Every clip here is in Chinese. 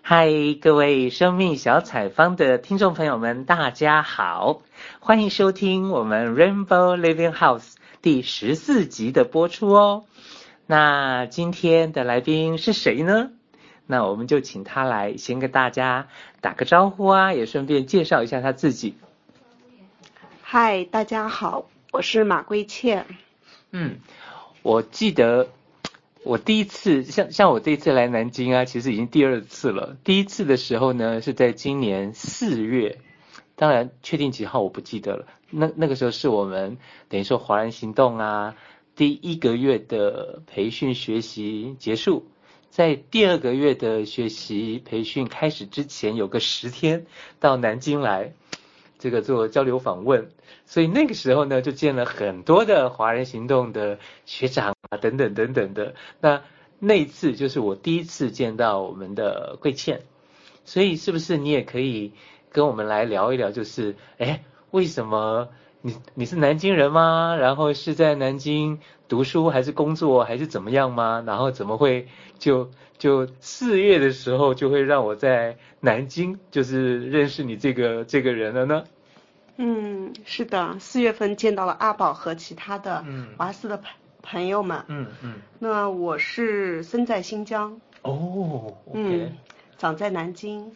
嗨，各位生命小采访的听众朋友们，大家好，欢迎收听我们 Rainbow Living House 第14集的播出哦。那今天的来宾是谁呢？那我们就请他来先跟大家打个招呼啊，也顺便介绍一下他自己。 嗨，大家好，我是马桂倩。 我记得我第一次像我这一次来南京啊，其实已经第2次了。第一次的时候呢，是在今年4月，当然确定几号我不记得了。那个时候是我们等于说华人行动啊，第1个月的培训学习结束，在第2个月的学习培训开始之前，有个10天到南京来，这个做交流访问。所以那个时候呢，就见了很多的华人行动的学长啊，等等等等的。那一次就是我第一次见到我们的桂倩，所以是不是你也可以跟我们来聊一聊，就是为什么你是南京人吗？然后是在南京读书还是工作还是怎么样吗？然后怎么会就4月的时候就会让我在南京就是认识你这个人了呢？ 是的，4月份见到了阿宝和其他的华师的朋友们。那我是生在新疆。 OK。 长在南京。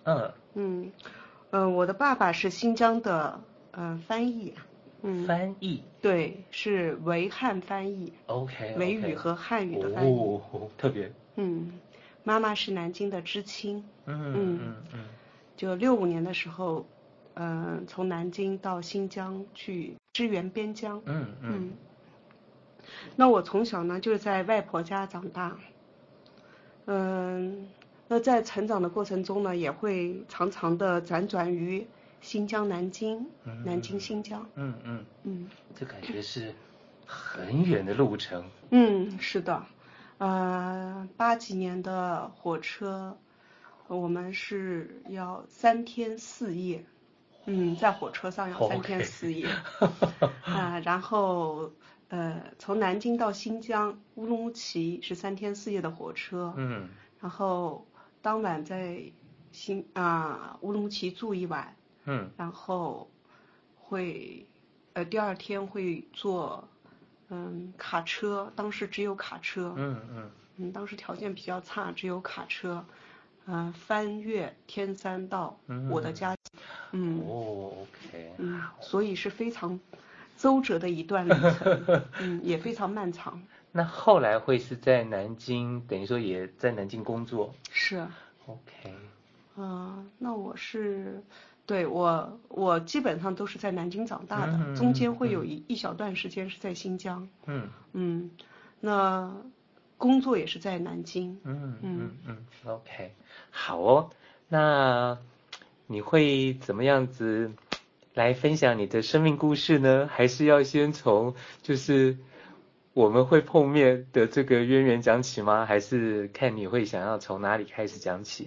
我的爸爸是新疆的翻译。 翻译。 对，是维汉翻译。 OK。 维语和汉语的翻译。 特别。 妈妈是南京的知青。就65年的时候。从南京到新疆去支援边疆。那我从小呢就是在外婆家长大。那在成长的过程中呢，也会常常的辗转于新疆、南京、南京、新疆。 这感觉是很远的路程。 是的。80几年的火车，我们是要3天4夜。在火车上要3天4夜。然后从南京到新疆乌鲁木齐是3天4夜的火车。然后当晚在乌鲁木齐住1晚。然后会第2天会坐卡车，当时只有卡车。当时条件比较差，只有卡车。翻越天山到我的家。 OK。 所以是非常周折的一段旅程。也非常漫长。 那后来会是在南京，等于说也在南京工作？ 是。 OK。 那我基本上都是在南京长大的。中间会有一小段时间是在新疆。那工作也是在南京。 OK。好哦。那你会怎么样子来分享你的生命故事呢？还是要先从就是我们会碰面的这个渊源讲起吗？还是看你会想要从哪里开始讲起？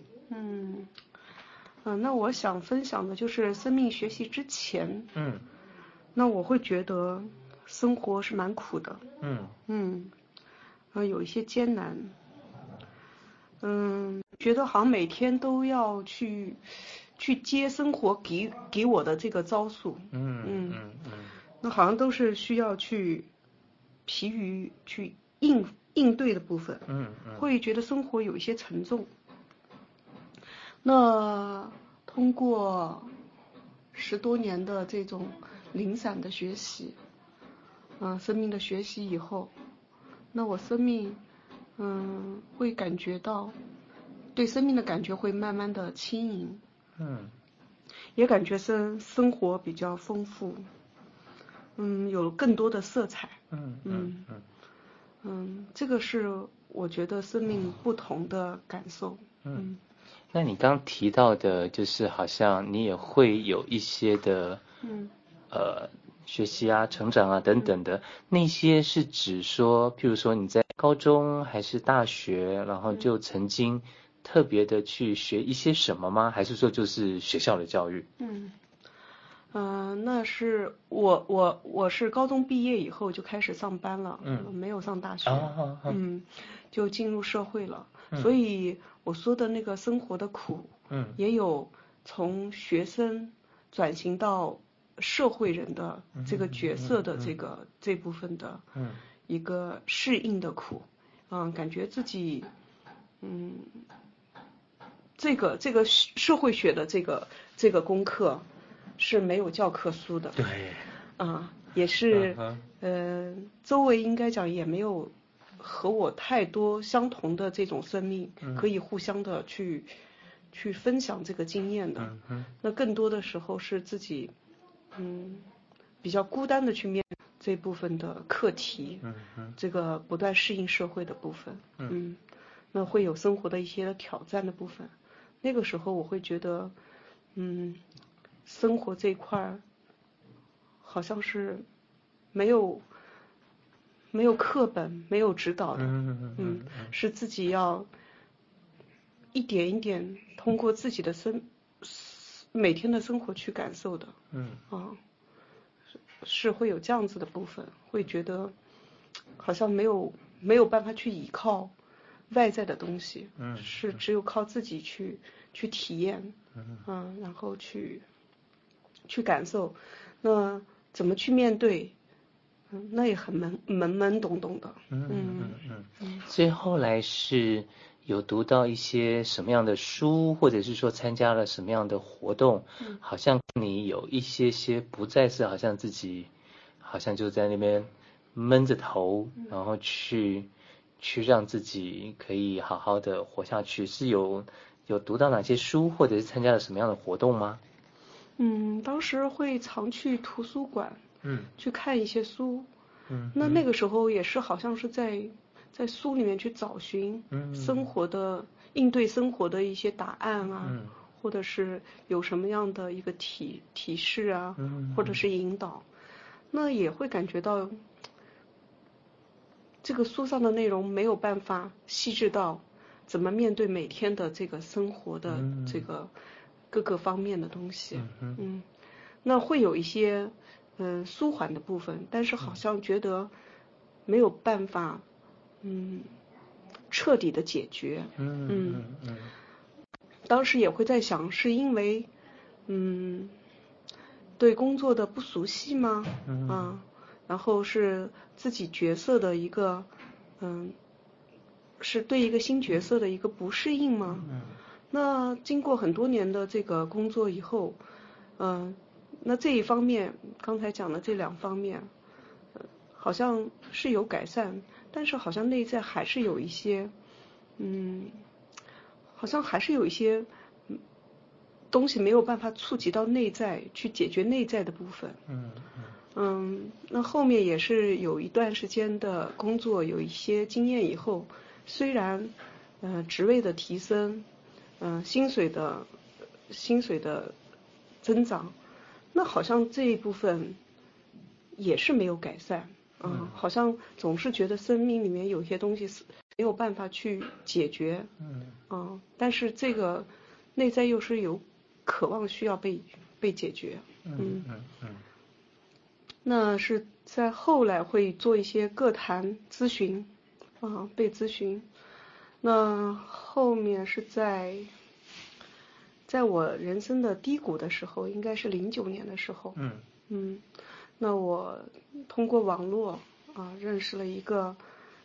那我想分享的就是生命学习之前。那我会觉得生活是蛮苦的。有一些艰难。觉得好像每天都要去接生活给我的这个招数。那好像都是需要去疲于去应对的部分。会觉得生活有一些沉重。那通过10多年的这种零散的学习，生命的学习以后，那我生命会感觉到对生命的感觉会慢慢的轻盈。也感觉生活比较丰富。有更多的色彩。这个是我觉得生命不同的感受。 那你刚提到的就是好像你也会有一些的学习啊、成长啊等等的，那些是指说譬如说你在高中还是大学，然后就曾经特别的去学一些什么吗？还是说就是学校的教育？ 那是我是高中毕业以后就开始上班了。没有上大学。就进入社会了。 所以我说的那个生活的苦，也有从学生转型到社会人的这个角色的这部分的一个适应的苦，感觉自己这个社会学的这个功课是没有教科书的， 对， 也是周围应该讲也没有和我太多相同的这种生命，可以互相的去分享这个经验的。那更多的时候是自己比较孤单的去面对这部分的课题，这个不断适应社会的部分，那会有生活的一些挑战的部分。那个时候我会觉得，生活这一块好像是没有课本，没有指导的，是自己要一点一点通过自己的每天的生活去感受的，是会有这样子的部分，会觉得好像没有办法去依靠外在的东西，是只有靠自己去体验，然后去感受，那怎么去面对，那也很懵懂懂的， 所以后来是有读到一些什么样的书，或者是说参加了什么样的活动，好像你有一些不再是好像自己好像就在那边闷着头，然后去让自己可以好好的活下去，是有读到哪些书，或者是参加了什么样的活动吗？ 当时会常去图书馆，去看一些书，那个时候也是好像是在书里面去找寻生活的应对生活的一些答案啊，或者是有什么样的一个提示啊，或者是引导，那也会感觉到这个书上的内容没有办法细致到怎么面对每天的这个生活的这个各个方面的东西，那会有一些舒缓的部分，但是好像觉得没有办法彻底的解决，当时也会在想，是因为对工作的不熟悉吗？然后是自己角色的一个是对一个新角色的一个不适应吗？那经过很多年的这个工作以后，那这一方面刚才讲的这两方面，好像是有改善，但是好像内在还是有一些，好像还是有一些东西没有办法触及到内在去解决内在的部分。那后面也是有一段时间的工作，有一些经验以后，虽然职位的提升，薪水的增长，那好像这一部分也是没有改善，好像总是觉得生命里面有些东西是没有办法去解决，但是这个内在又是有渴望需要被解决，那是在后来会做一些个谈咨询，被咨询。那后面是在我人生的低谷的时候，应该是09年的时候，那我通过网络认识了一个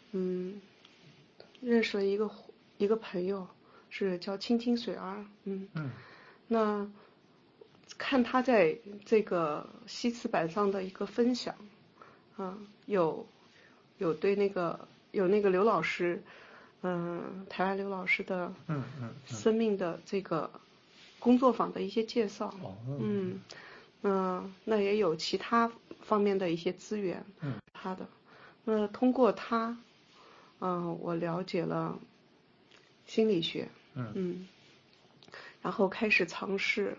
一个朋友，是叫青青水儿，那看他在这个西辞版上的一个分享，有对有那个刘老师，台湾刘老师的生命的这个工作坊的一些介绍，那也有其他方面的一些资源，他的，那通过他，我了解了心理学，然后开始尝试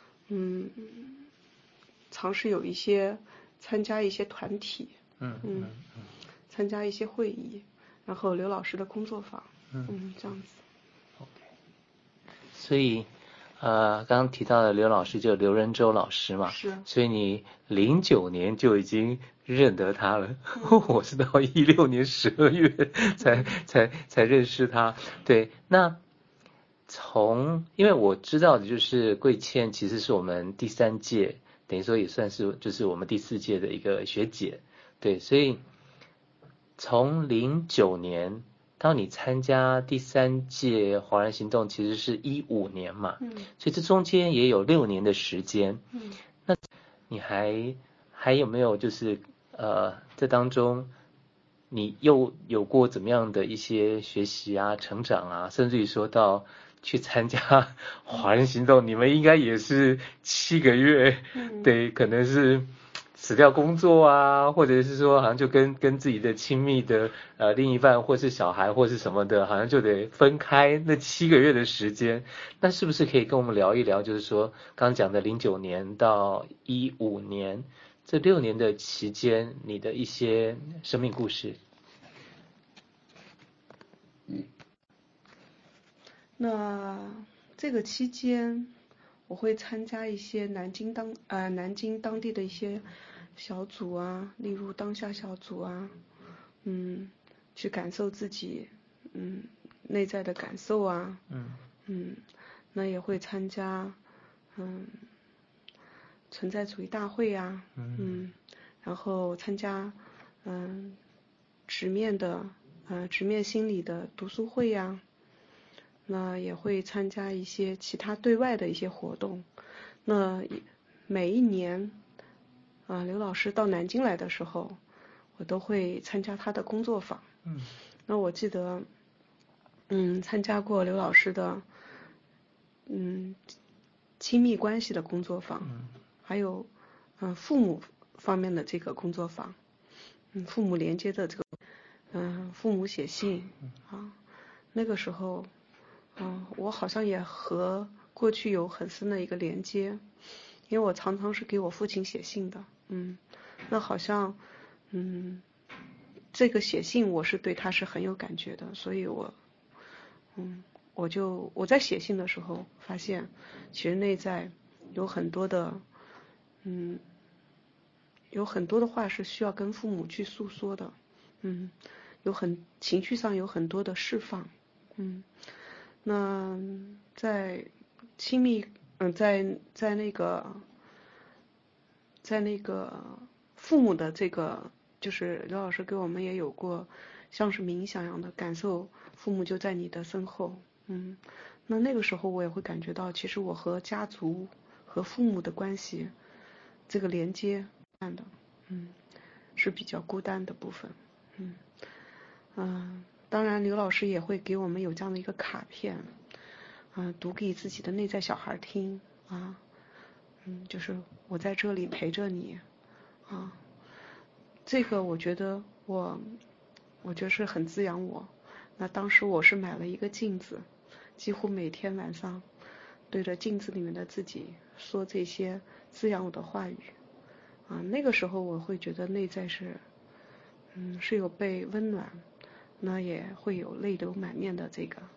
有一些参加一些团体，参加一些会议，然后刘老师的工作坊，这样子。 所以刚刚提到的刘老师就刘仁洲老师嘛， 是， 所以你09年就已经认得他了，我是到16年12月才认识他。对，那因为我知道的就是桂倩其实是我们第3届，等于说也算是就是我们第4届的一个学姐，对，所以从09年。当你参加第3届华人行动，其实是15年嘛，所以这中间也有6年的时间，那你还有没有就是这当中你又有过怎么样的一些学习啊、成长啊，甚至于说到去参加华人行动，你们应该也是7个月，对，可能是辞掉工作啊，或者是说好像就跟自己的亲密的另一半或是小孩或是什么的，好像就得分开那7个月的时间。那是不是可以跟我们聊一聊，就是说刚讲的09年到15年这6年的期间，你的一些生命故事？ 那这个期间，我会参加一些南京当地的一些小组啊，例如当下小组啊，去感受自己内在的感受啊，那也会参加存在主义大会啊，然后参加直面心理的读书会呀，那也会参加一些其他对外的一些活动。那每一年刘老师到南京来的时候，我都会参加他的工作坊。那我记得参加过刘老师的亲密关系的工作坊，还有父母方面的这个工作坊，父母连接的这个父母写信啊，那个时候我好像也和过去有很深的一个连接，因为我常常是给我父亲写信的，那好像这个写信我是对他是很有感觉的，所以我在写信的时候发现，其实内在有很多的话是需要跟父母去诉说的，情绪上有很多的释放，那在亲密在那个父母的这个，就是刘老师给我们也有过像是冥想一样的感受，父母就在你的身后，那个时候我也会感觉到，其实我和家族和父母的关系这个连接是比较孤单的部分，当然刘老师也会给我们有这样的一个卡片，读给自己的内在小孩听啊，就是我在这里陪着你啊，这个我觉得是很滋养我。那当时我是买了一个镜子，几乎每天晚上对着镜子里面的自己说这些滋养我的话语那个时候我会觉得内在是有被温暖，那也会有泪流满面的这个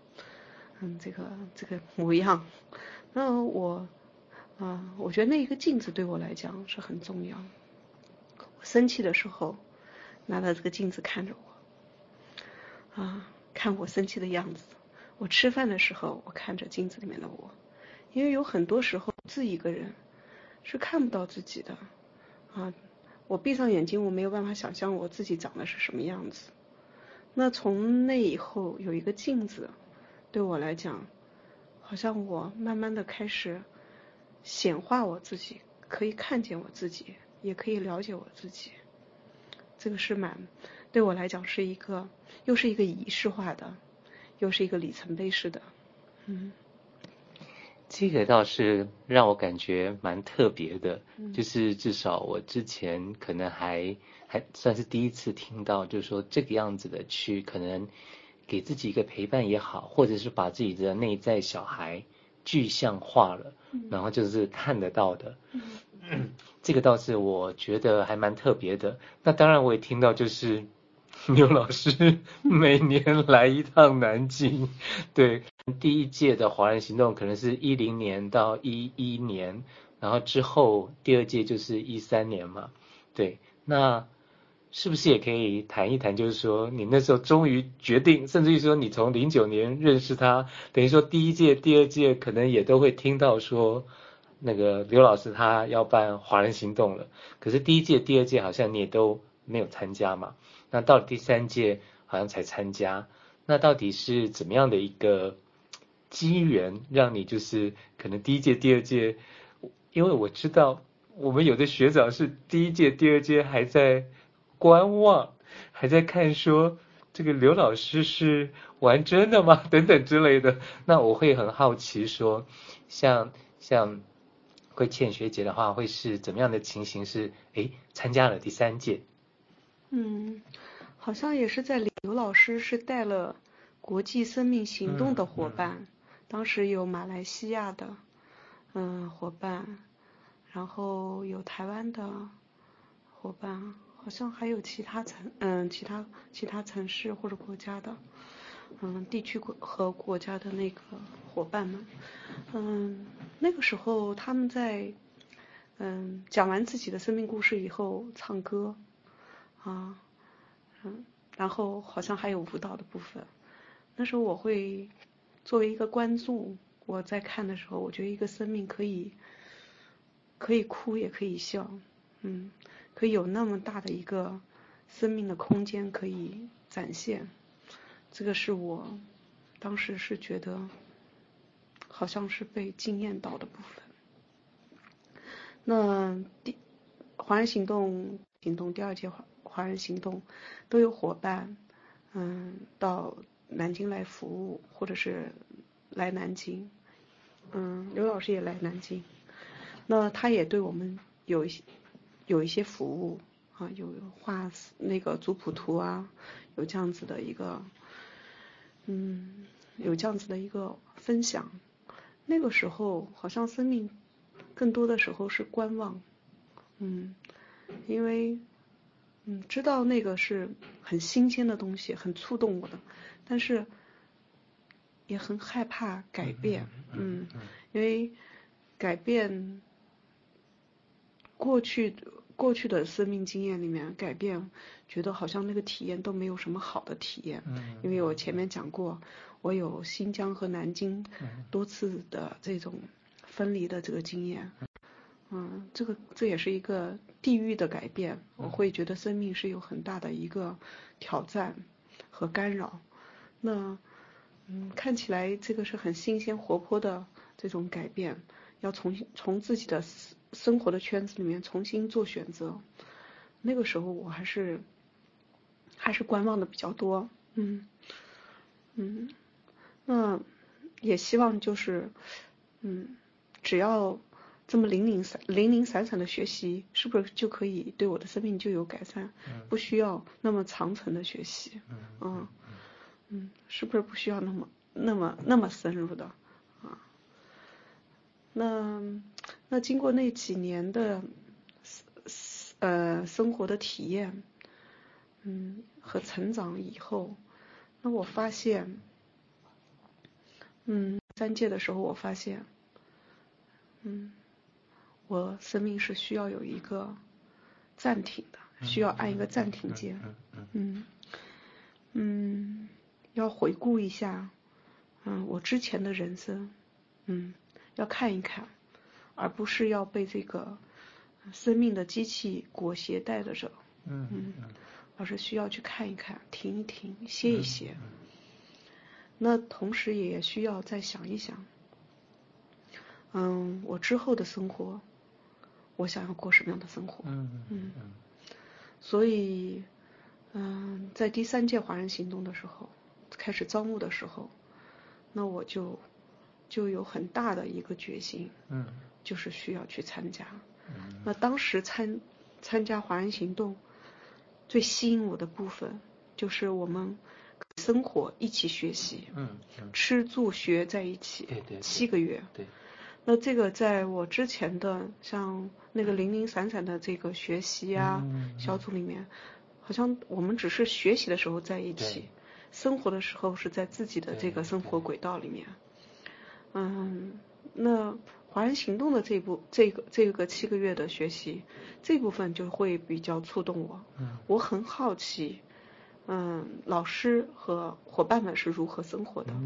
模样。那我觉得那一个镜子对我来讲是很重要。我生气的时候拿着这个镜子看着我看我生气的样子。我吃饭的时候我看着镜子里面的我，因为有很多时候自己一个人是看不到自己的我闭上眼睛我没有办法想象我自己长得是什么样子。那从那以后有一个镜子对我来讲，好像我慢慢的开始显化我自己，可以看见我自己，也可以了解我自己。这个是对我来讲是又是一个仪式化的，又是一个里程碑式的。 这个倒是让我感觉蛮特别的，就是至少我之前可能还算是第一次听到，就是说这个样子的去可能给自己一个陪伴也好，或者是把自己的内在小孩具象化了，然后就是看得到的，这个倒是我觉得还蛮特别的。那当然我也听到就是刘老师每年来一趟南京，对， 第一届的华人行动可能是10年到11年，然后之后第二届就是13年嘛。对，那是不是也可以谈一谈，就是说你那时候终于决定，甚至于说你从09年认识他，等于说第一届、第二届可能也都会听到说那个刘老师他要办华人行动了，可是第一届、第二届好像你也都没有参加嘛，那到了第三届好像才参加，那到底是怎么样的一个机缘让你就是可能第一届、第二届，因为我知道我们有的学长是第一届、第二届还在观望，还在看说这个刘老师是玩真的吗？等等之类的。那我会很好奇说，像会倩学姐的话，会是怎么样的情形是？参加了第三届。 好像也是在刘老师是带了国际生命行动的伙伴，当时有马来西亚的伙伴，然后有台湾的伙伴，好像还有其他城市或者国家的地区和国家的那个伙伴们。那个时候他们在讲完自己的生命故事以后唱歌然后好像还有舞蹈的部分。那时候我会作为一个观众，我在看的时候，我觉得一个生命可以哭也可以笑，可以有那么大的一个生命的空间可以展现，这个是我当时是觉得好像是被惊艳到的部分。那华人行动第二届华人行动都有伙伴到南京来服务，或者是来南京刘老师也来南京，那他也对我们有一些服务有画那个族谱图有这样子的一个分享。那个时候好像生命更多的时候是观望，因为知道那个是很新鲜的东西，很触动我的，但是也很害怕改变，因为改变过去的生命经验里面改变，觉得好像那个体验都没有什么好的体验，因为我前面讲过，我有新疆和南京多次的这种分离的这个经验，这也是一个地域的改变，我会觉得生命是有很大的一个挑战和干扰。那看起来这个是很新鲜活泼的这种改变，要从自己的生活的圈子里面重新做选择。那个时候我还是观望的比较多，那也希望就是只要这么零零散散的学习，是不是就可以对我的生命就有改善？不需要那么长程的学习，是不是不需要那么深入的那经过那几年的生活的体验，和成长以后，那我发现，三届的时候我发现，我生命是需要有一个暂停的，需要按一个暂停键，要回顾一下，我之前的人生，要看一看，而不是要被这个生命的机器裹挟带着，而是需要去看一看，停一停，歇一歇。那同时也需要再想一想，我之后的生活，我想要过什么样的生活？所以，在第三届华人行动的时候，开始招募的时候，那我就有很大的一个决心，就是需要去参加。那当时参加华人行动，最吸引我的部分就是我们生活一起学习，吃住学在一起，7个月。 对。 那这个在我之前的像那个零零散散的这个学习小组里面，好像我们只是学习的时候在一起， 生活的时候是在自己的这个生活轨道里面。那华人行动的这个7个月的学习，这部分就会比较触动我。我很好奇，老师和伙伴们是如何生活的。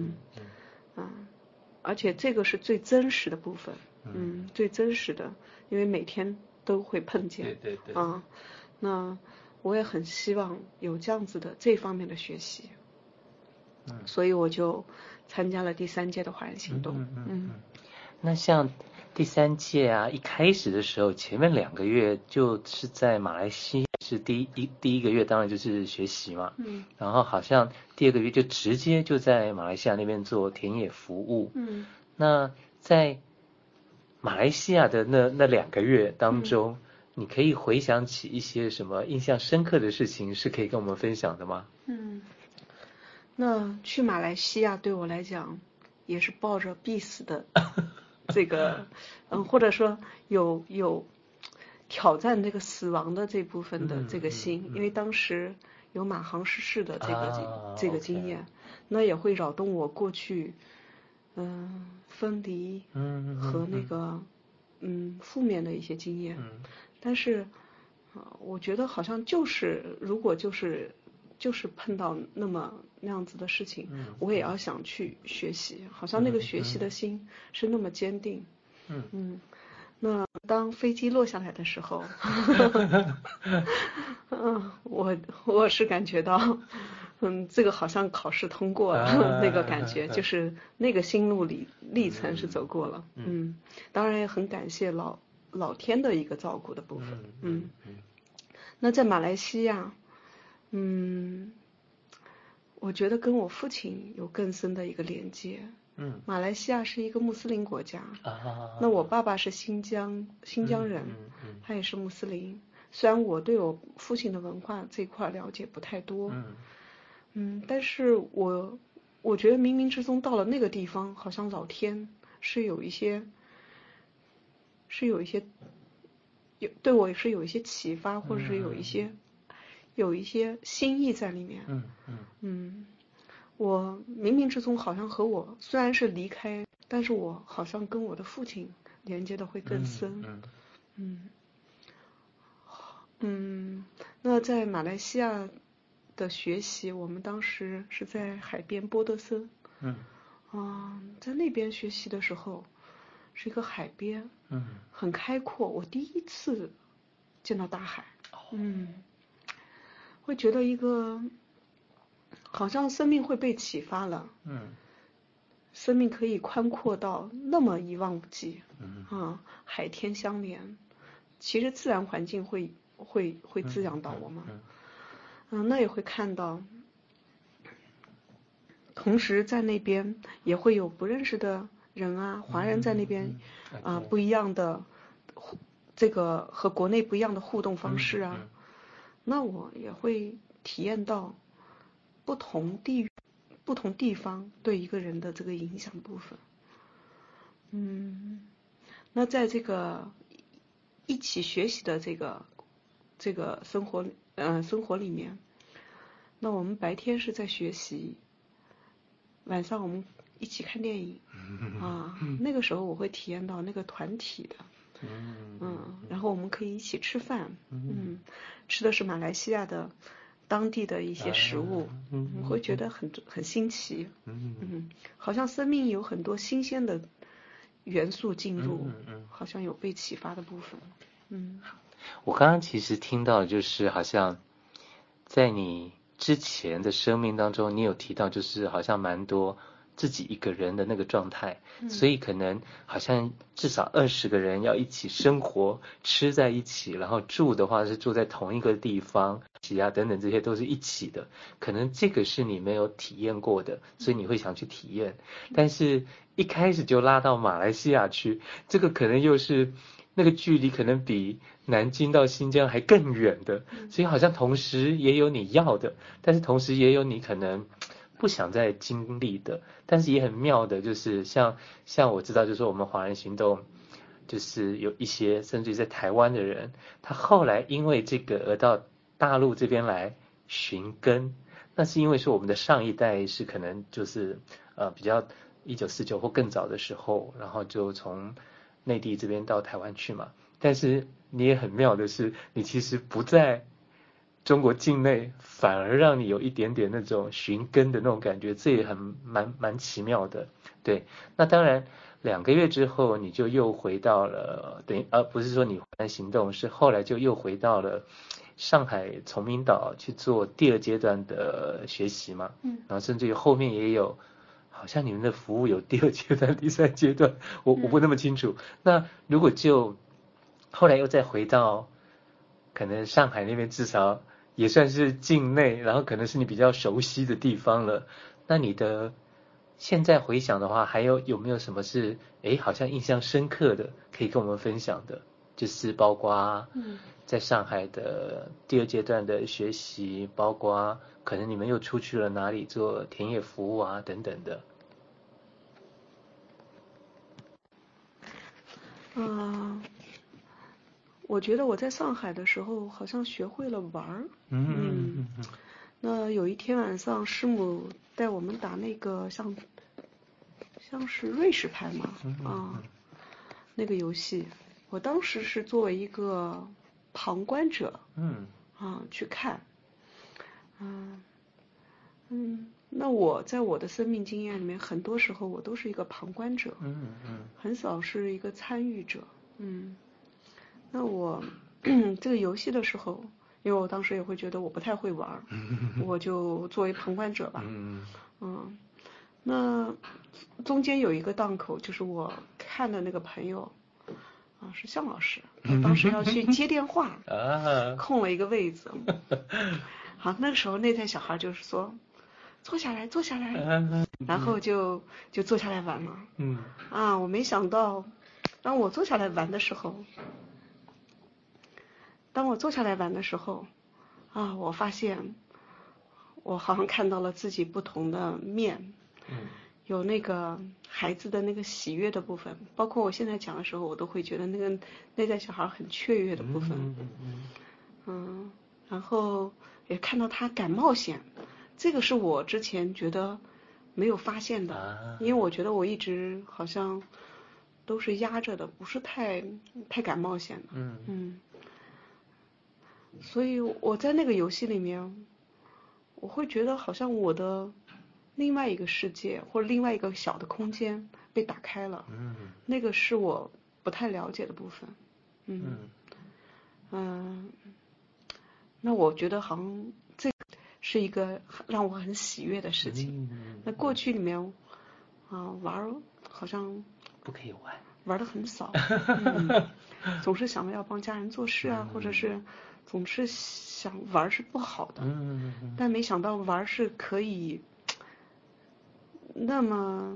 而且这个是最真实的部分。最真实的，因为每天都会碰见。 对。 那我也很希望有这样子的这方面的学习。所以我就参加了第3届的华人行动。 那像第3届啊，一开始的时候，前面2个月就是在马来西亚，是第一个月当然就是学习嘛。然后好像第2个月就直接就在马来西亚那边做田野服务。那在马来西亚的那2个月当中，你可以回想起一些什么印象深刻的事情，是可以跟我们分享的吗？ 那去马来西亚对我来讲也是抱着必死的这个或者说有挑战这个死亡的这部分的这个心。因为当时有马航失事的这个经验，那也会扰动我过去分离和那个负面的一些经验。但是我觉得好像如果就是碰到那样子的事情，我也要想去学习，好像那个学习的心是那么坚定。那当飞机落下来的时候我是感觉到这个好像考试通过了那个感觉，就是那个心路历程是走过了。当然也很感谢老天的一个照顾的部分。那在马来西亚我觉得跟我父亲有更深的一个连接。马来西亚是一个穆斯林国家。那我爸爸是新疆人，他也是穆斯林。虽然我对我父亲的文化这块了解不太多，但是我觉得冥冥之中到了那个地方，好像老天是有一些对我是有一些启发，或者是有一些心意在里面。我冥冥之中好像和我虽然是离开，但是我好像跟我的父亲连接的会更深。那在马来西亚的学习，我们当时是在海边波德森。在那边学习的时候，是一个海边，很开阔。我第一次见到大海。会觉得好像生命会被启发了。生命可以宽阔到那么一望无际。海天相连，其实自然环境会滋养到我们。那也会看到，同时在那边也会有不认识的人啊，华人在那边不一样的这个和国内不一样的互动方式啊。那我也会体验到不同地方对一个人的这个影响部分。那在这个一起学习的这个生活里面，那我们白天是在学习，晚上我们一起看电影那个时候我会体验到那个团体的。然后我们可以一起吃饭。吃的是马来西亚的当地的一些食物。我会觉得很新奇。好像生命有很多新鲜的元素进入，好像有被启发的部分。 我刚刚其实听到就是好像在你之前的生命当中，你有提到就是好像蛮多自己一个人的那个状态。所以可能好像至少20个人要一起生活，吃在一起，然后住的话是住在同一个地方，等等这些都是一起的。可能这个是你没有体验过的，所以你会想去体验。但是一开始就拉到马来西亚去，这个可能又是那个距离可能比南京到新疆还更远的。所以好像同时也有你要的，但是同时也有你可能不想再经历的。但是也很妙的就是像我知道就是我们华人行动就是有一些甚至在台湾的人，他后来因为这个而到大陆这边来寻根。 那是因为说我们的上一代是可能就是比较1949或更早的时候，然后就从内地这边到台湾去嘛。但是你也很妙的是，你其实不在中国境内，反而让你有一点点那种寻根的那种感觉，这也很蛮奇妙的。对，那当然2个月之后你就又回到了，等于不是说你回来行动，是后来就又回到了上海崇明岛去做第2阶段的学习嘛。然后甚至于后面也有，好像你们的服务有第2阶段、第3阶段，我不那么清楚。那如果就后来又再回到可能上海那边，至少也算是境内，然后可能是你比较熟悉的地方了。那你的现在回想的话，还有没有什么是好像印象深刻的可以跟我们分享的？就是包括在上海的第2阶段的学习，包括可能你们又出去了哪里做田野服务啊等等的。 我觉得我在上海的时候好像学会了玩儿。那有一天晚上，师母带我们打那个像是瑞士牌嘛，那个游戏，我当时是作为一个旁观者，去看，那我在我的生命经验里面，很多时候我都是一个旁观者，很少是一个参与者，那我这个游戏的时候，因为我当时也会觉得我不太会玩，我就作为旁观者吧，那中间有一个档口，就是我看的那个朋友是向老师，当时要去接电话，空了一个位子，好，那个时候那代小孩就是说坐下来，然后就坐下来玩了，我没想到当我坐下来玩的时候，我发现我好像看到了自己不同的面，有那个孩子的那个喜悦的部分，包括我现在讲的时候，我都会觉得那代小孩很雀跃的部分，然后也看到他敢冒险，这个是我之前觉得没有发现的，因为我觉得我一直好像都是压着的，不是太敢冒险的，所以我在那个游戏里面，我会觉得好像我的另外一个世界或者另外一个小的空间被打开了，那个是我不太了解的部分，那我觉得好像这是一个让我很喜悦的事情。那过去里面玩好像不可以玩的很少，总是想着要帮家人做事啊，或者是总是想玩是不好的，但没想到玩是可以那么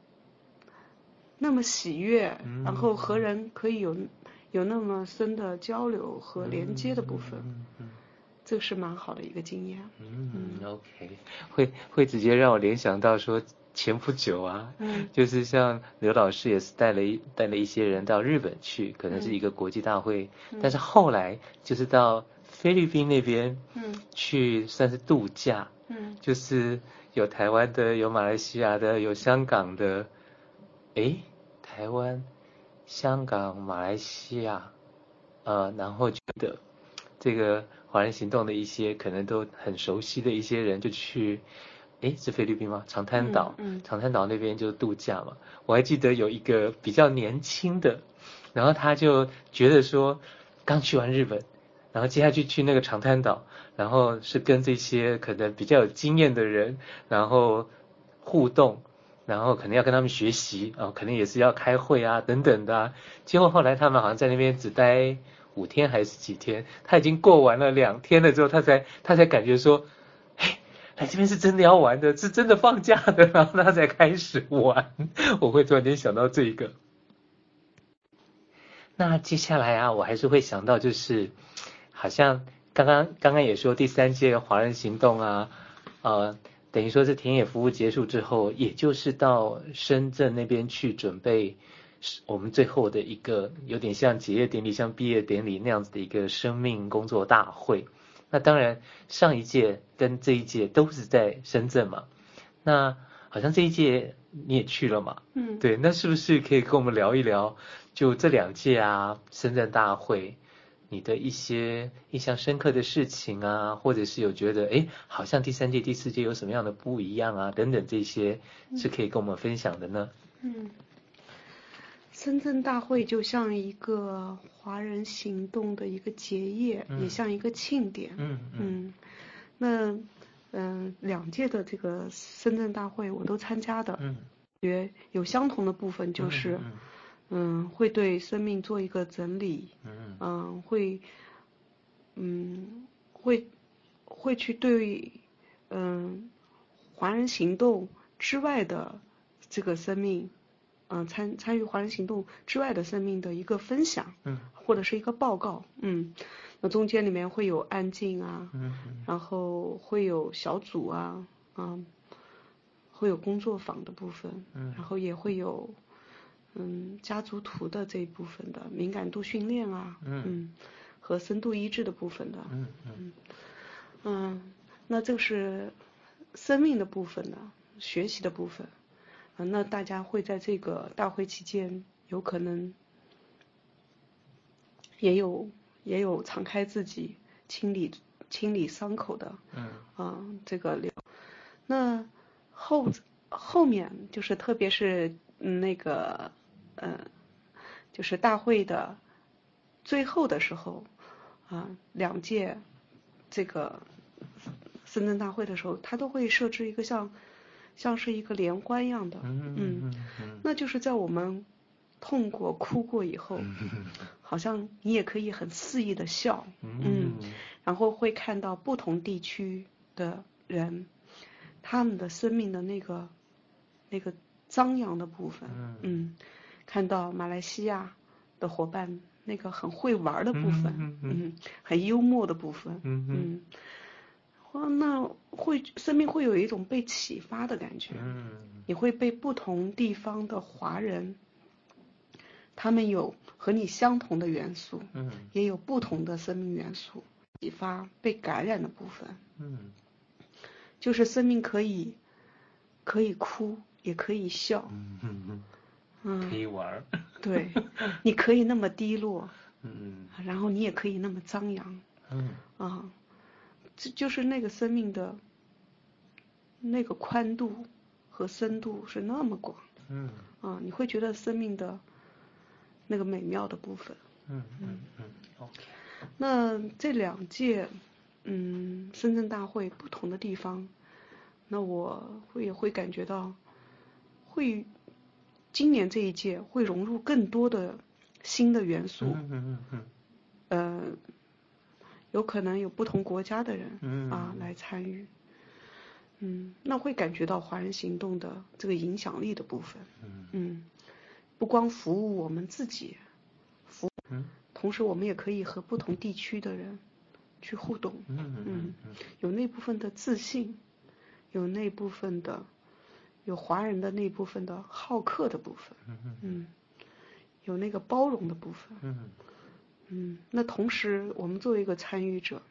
喜悦，然后和人可以有那么深的交流和连接的部分，这是蛮好的一个经验。 OK， 会直接让我联想到说前不久就是像刘老师也是带了一些人到日本去，可能是一个国际大会，但是后来就是到菲律宾那边去算是度假，就是有台湾的，有马来西亚的，有香港的，台湾、香港、马来西亚，然后觉得这个华人行动的一些可能都很熟悉的一些人就去，是菲律宾吗？长滩岛，长滩岛那边就度假嘛。我还记得有一个比较年轻的，然后他就觉得说刚去完日本，然后接下去那个长滩岛，然后是跟这些可能比较有经验的人，然后互动，然后可能要跟他们学习可能也是要开会等等的结果后来他们好像在那边只待5天还是几天，他已经过完了2天了之后，他才感觉说，来这边是真的要玩的，是真的放假的，然后他才开始玩。我会突然间想到这个。那接下来我还是会想到就是好像刚刚也说第3届华人行动等于说是田野服务结束之后，也就是到深圳那边去准备我们最后的一个有点像结业典礼、像毕业典礼那样子的一个生命工作大会。 那当然上一届跟这一届都是在深圳嘛，那好像这一届你也去了嘛，对，那是不是可以跟我们聊一聊，就这2届啊，深圳大会，你的一些印象深刻的事情啊，或者是有觉得好像第3届、第4届有什么样的不一样啊，等等这些是可以跟我们分享的呢？ 深圳大会就像一个华人行动的一个结业，也像一个庆典。那2届的这个深圳大会我都参加的，也有相同的部分，就是会对生命做一个整理，会去对华人行动之外的这个生命，参与华人行动之外的生命的一个分享，或者是一个报告，那中间里面会有安静啊，然后会有小组啊，会有工作坊的部分，然后也会有家族图的这一部分的敏感度训练啊，和深度医治的部分的，那这个是生命的部分的学习的部分，那大家会在这个大会期间有可能也有敞开自己清理伤口的，这个流。那后面就是特别是就是大会的最后的时候，2届这个深圳大会的时候，它都会设置一个像是一个联欢一样的，那就是在我们痛过哭过以后，好像你也可以很肆意的笑，然后会看到不同地区的人，他们的生命的那个张扬的部分，看到马来西亚的伙伴那个很会玩的部分，很幽默的部分，那生命会有一种被启发的感觉，你会被不同地方的华人，他们有和你相同的元素，也有不同的生命元素，启发被感染的部分，就是生命可以哭，也可以笑， 可以玩， 对，你可以那么低落，然后你也可以那么张扬，这就是那个生命的那个宽度和深度是那么广，你会觉得生命的那个美妙的部分， OK。 那这2届深圳大会不同的地方，那我也会感觉到今年这一届会融入更多的新的元素，有可能有不同国家的人来参与，那会感觉到华人行动的这个影响力的部分，不光服务我们自己，同时我们也可以和不同地区的人去互动，有那部分的自信，有那部分的有华人的那部分的好客的部分，有那个包容的部分，那同时我们作为一个参与者，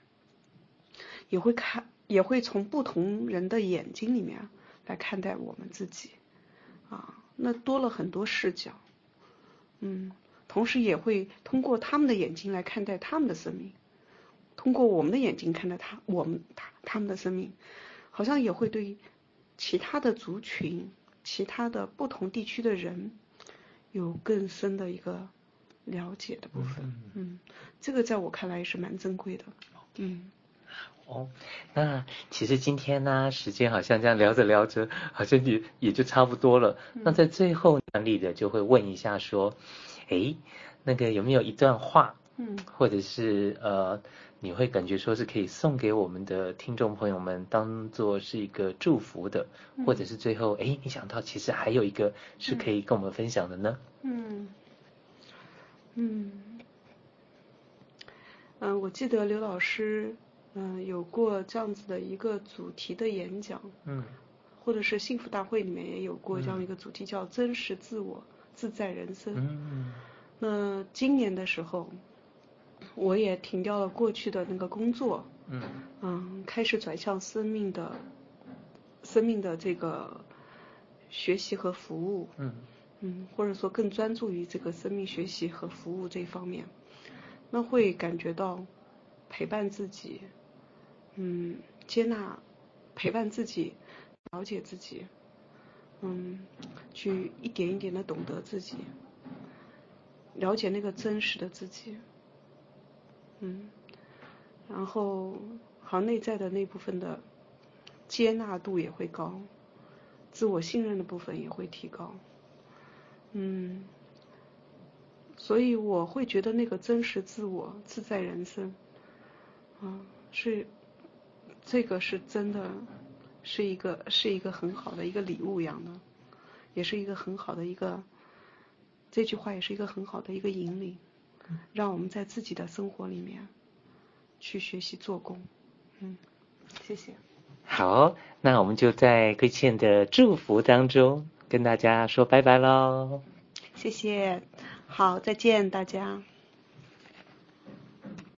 也会从不同人的眼睛里面来看待我们自己，那多了很多视角，同时也会通过他们的眼睛来看待他们的生命，通过我们的眼睛看待他们的生命，好像也会对其他的族群、其他的不同地区的人有更深的一个了解的部分，这个在我看来是蛮珍贵的， 那其实今天呢，时间好像这样聊着聊着，好像也就差不多了。那在最后，惯例的就会问一下说，那个有没有一段话，或者是你会感觉说是可以送给我们的听众朋友们，当做是一个祝福的，或者是最后你想到其实还有一个是可以跟我们分享的呢？ 我记得刘老师有过这样子的一个主题的演讲，或者是幸福大会里面也有过这样一个主题，叫真实自我自在人生。那今年的时候我也停掉了过去的那个工作，开始转向生命的这个学习和服务，或者说更专注于这个生命学习和服务这方面，那会感觉到陪伴自己，接纳，陪伴自己，了解自己，去一点一点的懂得自己，了解那个真实的自己，然后好内在的那部分的接纳度也会高，自我信任的部分也会提高，所以我会觉得那个真实自我自在人生，是这个是真的是一个很好的一个礼物一样的，也是一个很好的一个，这句话也是一个很好的一个引领，让我们在自己的生活里面去学习做工。谢谢。 好，那我们就在贵倩的祝福当中跟大家说拜拜喽。 谢谢，好，再见大家。